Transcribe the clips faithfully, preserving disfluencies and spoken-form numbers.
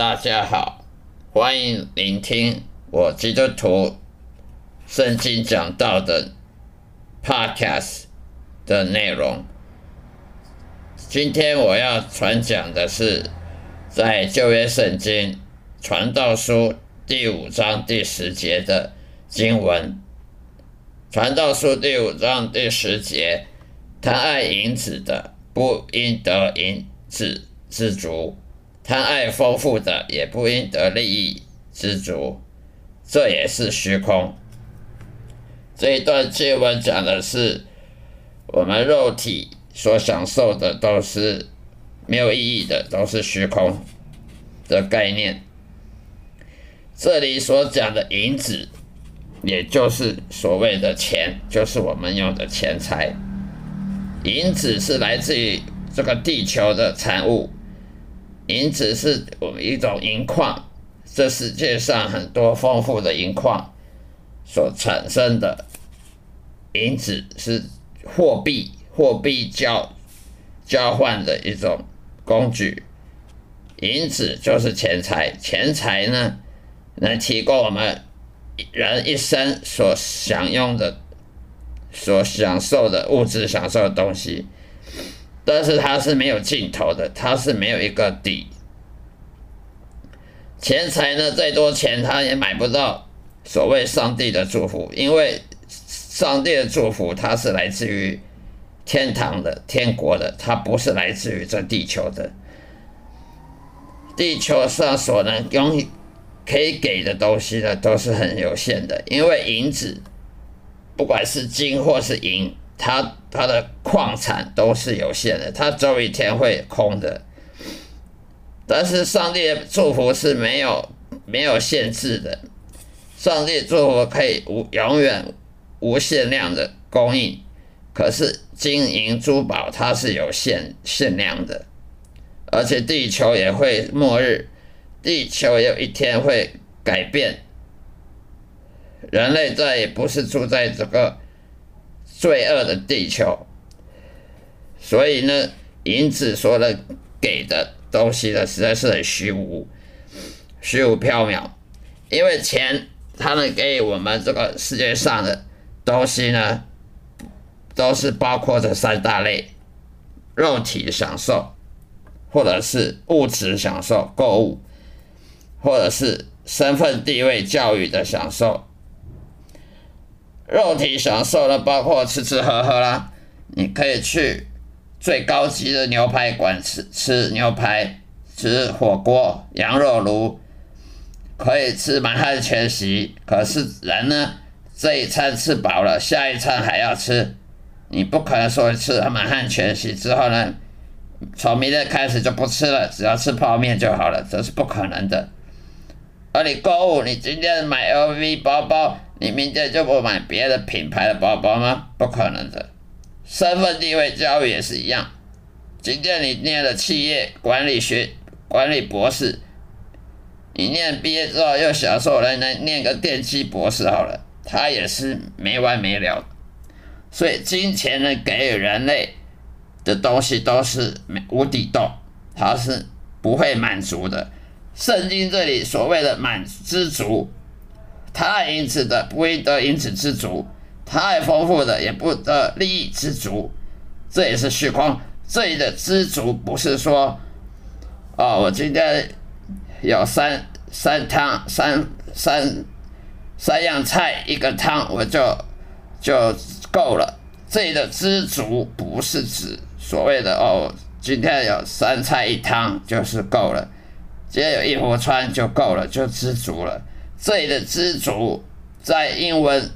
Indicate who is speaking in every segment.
Speaker 1: 大家好，欢迎聆听我基督徒圣经讲道的 Podcast 的内容。今天我要传讲的是在旧约圣经传道书第五章第十节的经文。传道书第五章第十节，贪爱银子的，不应得银子知足；贪爱丰富的，也不应得利益知足。这也是虚空。这一段经文讲的是我们肉体所享受的都是没有意义的，都是虚空的概念。这里所讲的银子，也就是所谓的钱，就是我们用的钱财。银子是来自于这个地球的产物，银子是我们一种银矿，这世界上很多丰富的银矿所产生的。银子是货币，货币交交换的一种工具。银子就是钱财，钱财呢，能提供我们人一生所享用的、所享受的物质享受的东西，但是它是没有尽头的，它是没有一个底。钱财呢，再多钱它也买不到所谓上帝的祝福，因为上帝的祝福它是来自于天堂的、天国的，它不是来自于这地球的。地球上所能拥可以给的东西呢，都是很有限的，因为银子，不管是金或是银，它它的矿产都是有限的，它总有一天会空的。但是上帝的祝福是没有没有限制的，上帝的祝福可以无永远无限量的供应，可是金银珠宝它是有限限量的，而且地球也会末日。地球有一天会改变，人类再也不是住在这个罪恶的地球，所以呢，银子所能给的东西呢，实在是很虚无、虚无缥缈。因为钱它能给我们这个世界上的东西呢，都是包括这三大类：肉体享受，或者是物质享受、购物，或者是身份地位教育的享受。肉体享受呢，包括吃吃喝喝啦，你可以去最高级的牛排馆吃吃牛排，吃火锅、羊肉炉，可以吃满汉全席。可是人呢，这一餐吃饱了，下一餐还要吃，你不可能说吃了满汉全席之后呢，从明天开始就不吃了，只要吃泡面就好了，这是不可能的。而你购物，你今天买 L V 包包，你明天就不买别的品牌的包包吗？不可能的。身份地位教育也是一样，今天你念了企业管理学管理博士，你念毕业之后又享受了能念个电机博士好了，它也是没完没了。所以金钱呢，给予人类的东西都是无底洞，它是不会满足的。圣经这里所谓的满知足，贪爱银子的，不应得银子知足；贪爱丰富的，也不得利益知足。这也是虚空。这里的知足不是说，哦，我今天有三三汤三三三样菜一个汤，我就就够了。这里的知足不是指所谓的哦，今天有三菜一汤就是够了。今天有衣服穿就够了，就知足了。这里的知足，在英文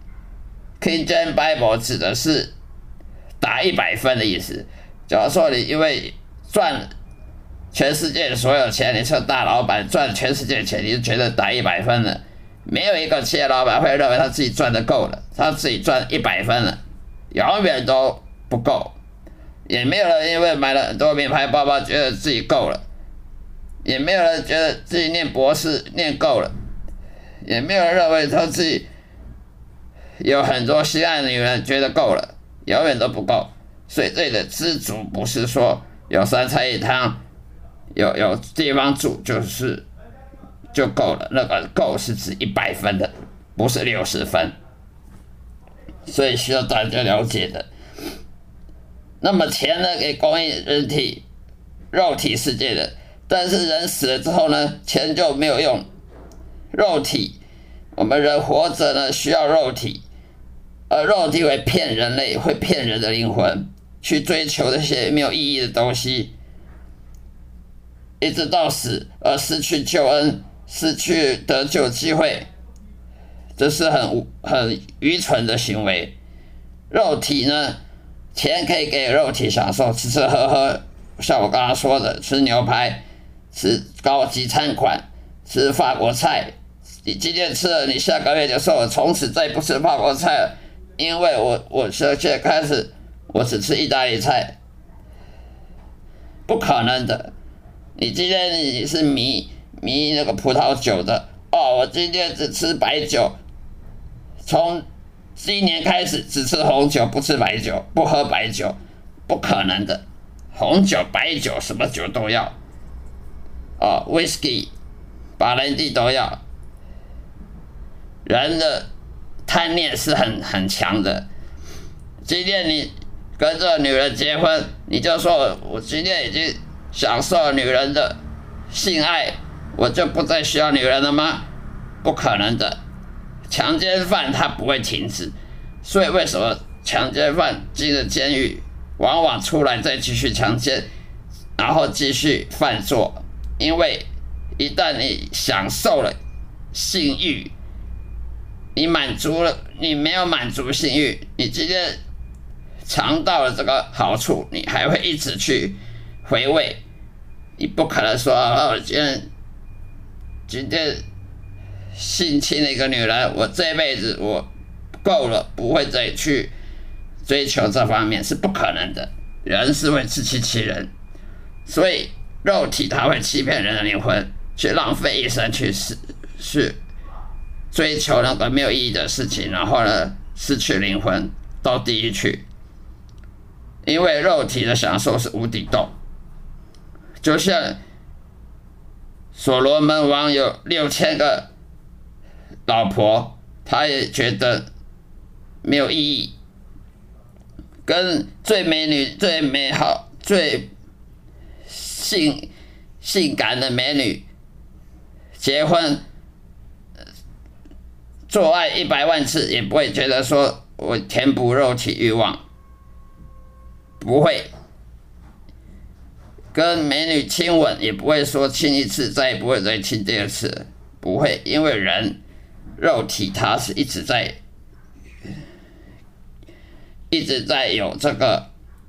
Speaker 1: King James Bible 指的是打一百分的意思。假如说你因为赚全世界的所有钱，你是大老板赚全世界的钱，你就觉得打一百分了。没有一个企业老板会认为他自己赚的够了，他自己赚一百分了，永远都不够。也没有人因为买了很多名牌包包觉得自己够了。也没有人觉得自己念博士念够了，也没有人认为他自己有很多心爱的女人觉得够了，永远都不够。所以这里的知足不是说有三菜一汤有有地方住就是就够了。那个够是指一百分的，不是六十分，所以需要大家了解的。那么钱呢，给供应人体肉体世界的，但是人死了之后呢，钱就没有用。肉体，我们人活着呢需要肉体，而肉体会骗人类，会骗人的灵魂，去追求那些没有意义的东西，一直到死而失去救恩，失去得救机会，这是很很愚蠢的行为。肉体呢，钱可以给肉体享受，吃吃喝喝，像我刚刚说的，吃牛排，吃高级餐款，吃法国菜。你今天吃了，你下个月就说我从此再不吃法国菜了，因为我我现在开始我只吃意大利菜，不可能的。你今天你是迷迷那个葡萄酒的哦，我今天只吃白酒，从今年开始只吃红酒，不吃白酒，不喝白酒，不可能的。红酒、白酒什么酒都要，哦 ，whisky、白兰地都要。人的贪念是很很强的。今天你跟这个女人结婚，你就说我今天已经享受了女人的性爱，我就不再需要女人了吗？不可能的。强奸犯他不会停止，所以为什么强奸犯进了监狱，往往出来再继续强奸，然后继续犯作？因为一旦你享受了性欲，你满足了，你没有满足性欲，你今天尝到了这个好处，你还会一直去回味。你不可能说哦，今天今天性侵了一个女人，我这辈子我够了，不会再去追求这方面，是不可能的。人是会自欺欺人，所以肉体它会欺骗人的灵魂，去浪费一生去去追求那个没有意义的事情，然后呢，失去灵魂，到地狱去。因为肉体的享受是无底洞，就像所罗门王有六千个老婆，他也觉得没有意义。跟最美女、最美好、最性性感的美女结婚，做爱一百万次，也不会觉得说我填补肉体欲望，不会。跟美女亲吻也不会说亲一次再也不会再亲第二次，不会，因为人肉体它是一直在一直在有这个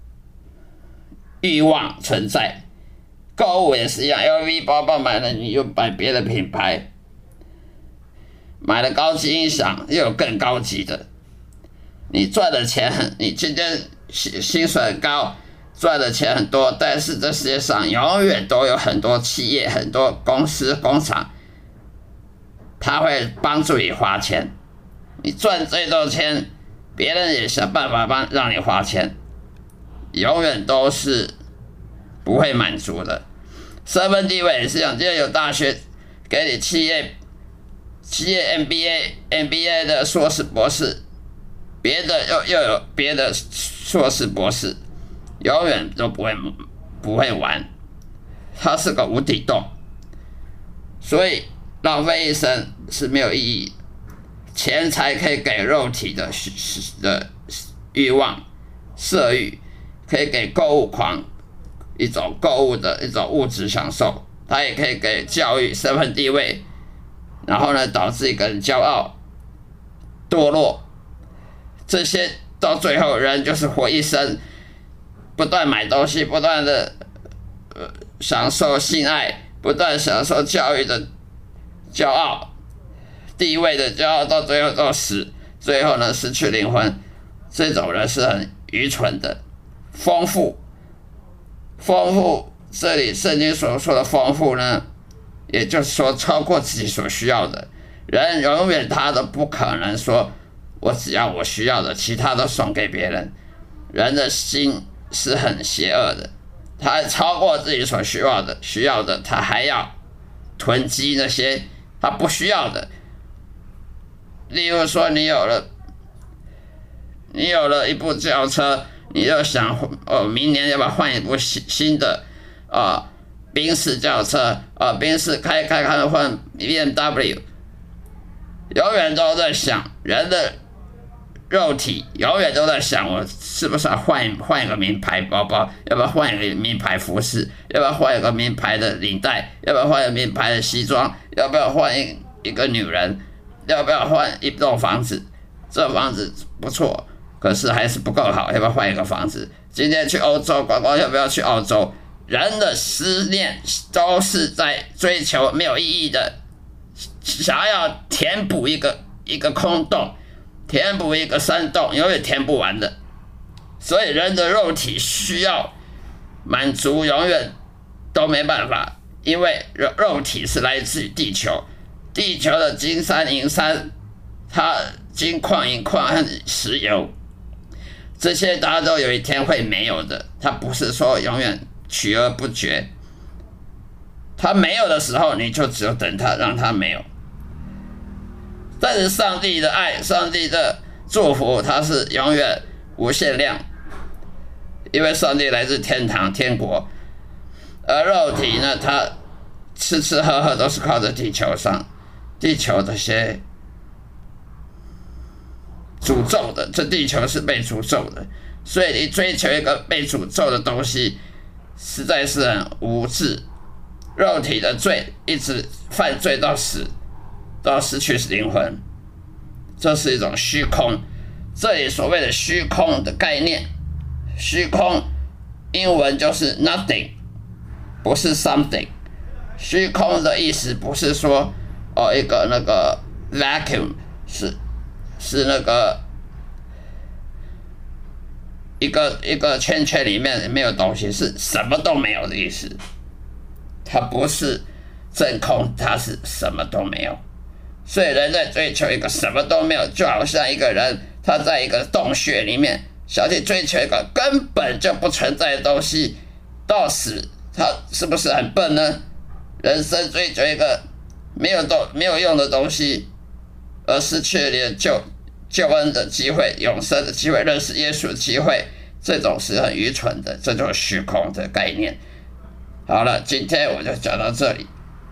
Speaker 1: 欲望存在。购物也是一样 ，L V 包包买了你又买别的品牌，买了高级音响又有更高级的。你赚的钱，你今天薪水很高，赚的钱很多，但是这世界上永远都有很多企业、很多公司、工厂，他会帮助你花钱。你赚最多钱，别人也想办法帮让你花钱，永远都是不会满足的。身份地位也是一样，今天有大学给你企业企业 M B A、M B A 的硕士、博士，别的又又有别的硕士、博士，永远都不会不会完，它是个无底洞，所以浪费一生是没有意义。钱财可以给肉体的的欲望、色欲，可以给购物狂一种购物的一种物质享受，它也可以给教育、身份地位，然后呢，导致一个人骄傲、堕落，这些到最后人就是活一生，不断买东西，不断的呃享受性爱，不断享受教育的骄傲、地位的骄傲，到最后都死，最后呢失去灵魂。这种人是很愚蠢的。丰富，丰富，这里圣经所说的丰富呢，也就是说超过自己所需要的。人永远他都不可能说我只要我需要的，其他都送给别人。人的心是很邪恶的， 他还超过自己所需要的，需要的他还要囤积那些他不需要的。例如说，你有了，你有了一部轿车，你就想，哦，明年要不要换一部新新的啊，宾士轿车啊，宾士开开开换 B M W， 永远都在想人的肉体永远都在想，我是不是要换换一个名牌包包？要不要换一个名牌服饰？要不要换一个名牌的领带？要不要换一个名牌的西装？要不要换一一个女人？要不要换一栋房子？这房子不错，可是还是不够好，要不要换一个房子？今天去欧洲观光，要不要去澳洲？人的思念都是在追求没有意义的，想要填补一个一个空洞。填补一个山洞，永远填不完的，所以人的肉体需要满足，永远都没办法，因为肉体是来自于地球，地球的金山银山，它金矿银矿和石油，这些大家都有一天会没有的，它不是说永远取而不绝，它没有的时候，你就只有等它，让它没有。但是上帝的爱，上帝的祝福，它是永远无限量，因为上帝来自天堂天国，而肉体呢，它吃吃喝喝都是靠着地球上，地球这些诅咒的，这地球是被诅咒的，所以你追求一个被诅咒的东西，实在是很无知。肉体的罪一直犯罪到死。都要失去灵魂，这是一种虚空。这里所谓的虚空的概念，虚空英文就是 nothing， 不是 something。虚空的意思不是说哦一个那个 vacuum， 是是那个一个一个圈圈里面没有东西，是什么都没有的意思。它不是真空，它是什么都没有。所以人在追求一个什么都没有，就好像一个人他在一个洞穴里面想去追求一个根本就不存在的东西，到死他是不是很笨呢？人生追求一个没有都没有用的东西，而失去了救救恩的机会、永生的机会、认识耶稣的机会，这种是很愚蠢的，这就是虚空的概念。好了，今天我就讲到这里。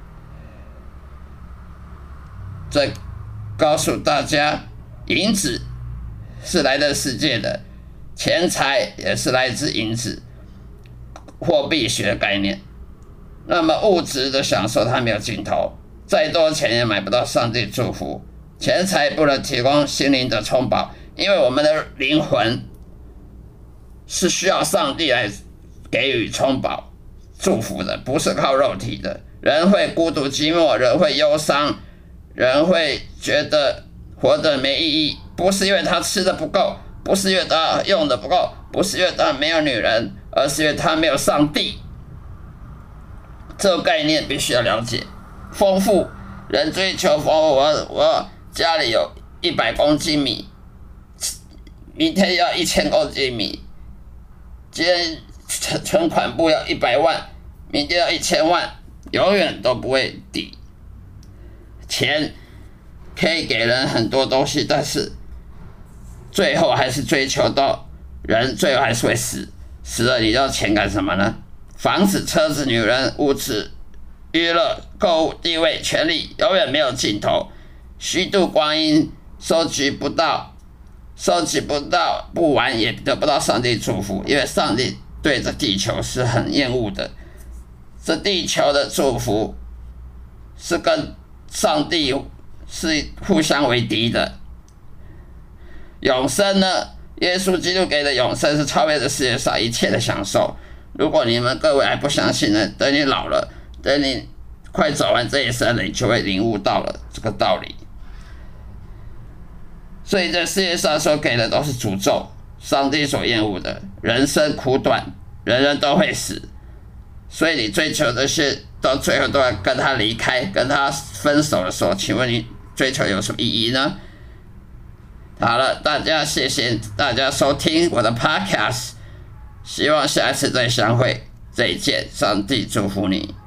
Speaker 1: 再告诉大家，银子是来自世界的，钱财也是来自银子，货币学概念。那么物质的享受它没有尽头，再多钱也买不到上帝祝福，钱财不能提供心灵的充饱，因为我们的灵魂是需要上帝来给予充饱祝福的，不是靠肉体的。人会孤独寂寞，人会忧伤，人会觉得活得没意义，不是因为他吃的不够，不是因为他用的不够，不是因为他没有女人，而是因为他没有上帝。这个概念必须要了解。丰富，人追求丰富，我我家里有一百公斤米，明天要一千公斤米，今天存存款簿要一百万，明天要一千万，永远都不会抵。钱可以给人很多东西，但是最后还是追求到人最后还是会死，死了你要钱干什么呢？房子、车子、女人、物质、娱乐、购物、地位、权利，永远没有尽头。虚度光阴，收集不到，收集不到不完，也得不到上帝祝福，因为上帝对这地球是很厌恶的。这地球的祝福是跟上帝是互相为敌的。永生呢？耶稣基督给的永生是超越这世界上一切的享受。如果你们各位还不相信呢，等你老了，等你快走完这一生了，你就会领悟到了这个道理。所以这世界上所给的都是诅咒，上帝所厌恶的。人生苦短，人人都会死，所以你追求这些，到最后都要跟他离开，跟他分手的时候，请问你追求有什么意义呢？好了，大家谢谢大家收听我的 podcast， 希望下一次再相会。 再见，上帝祝福你。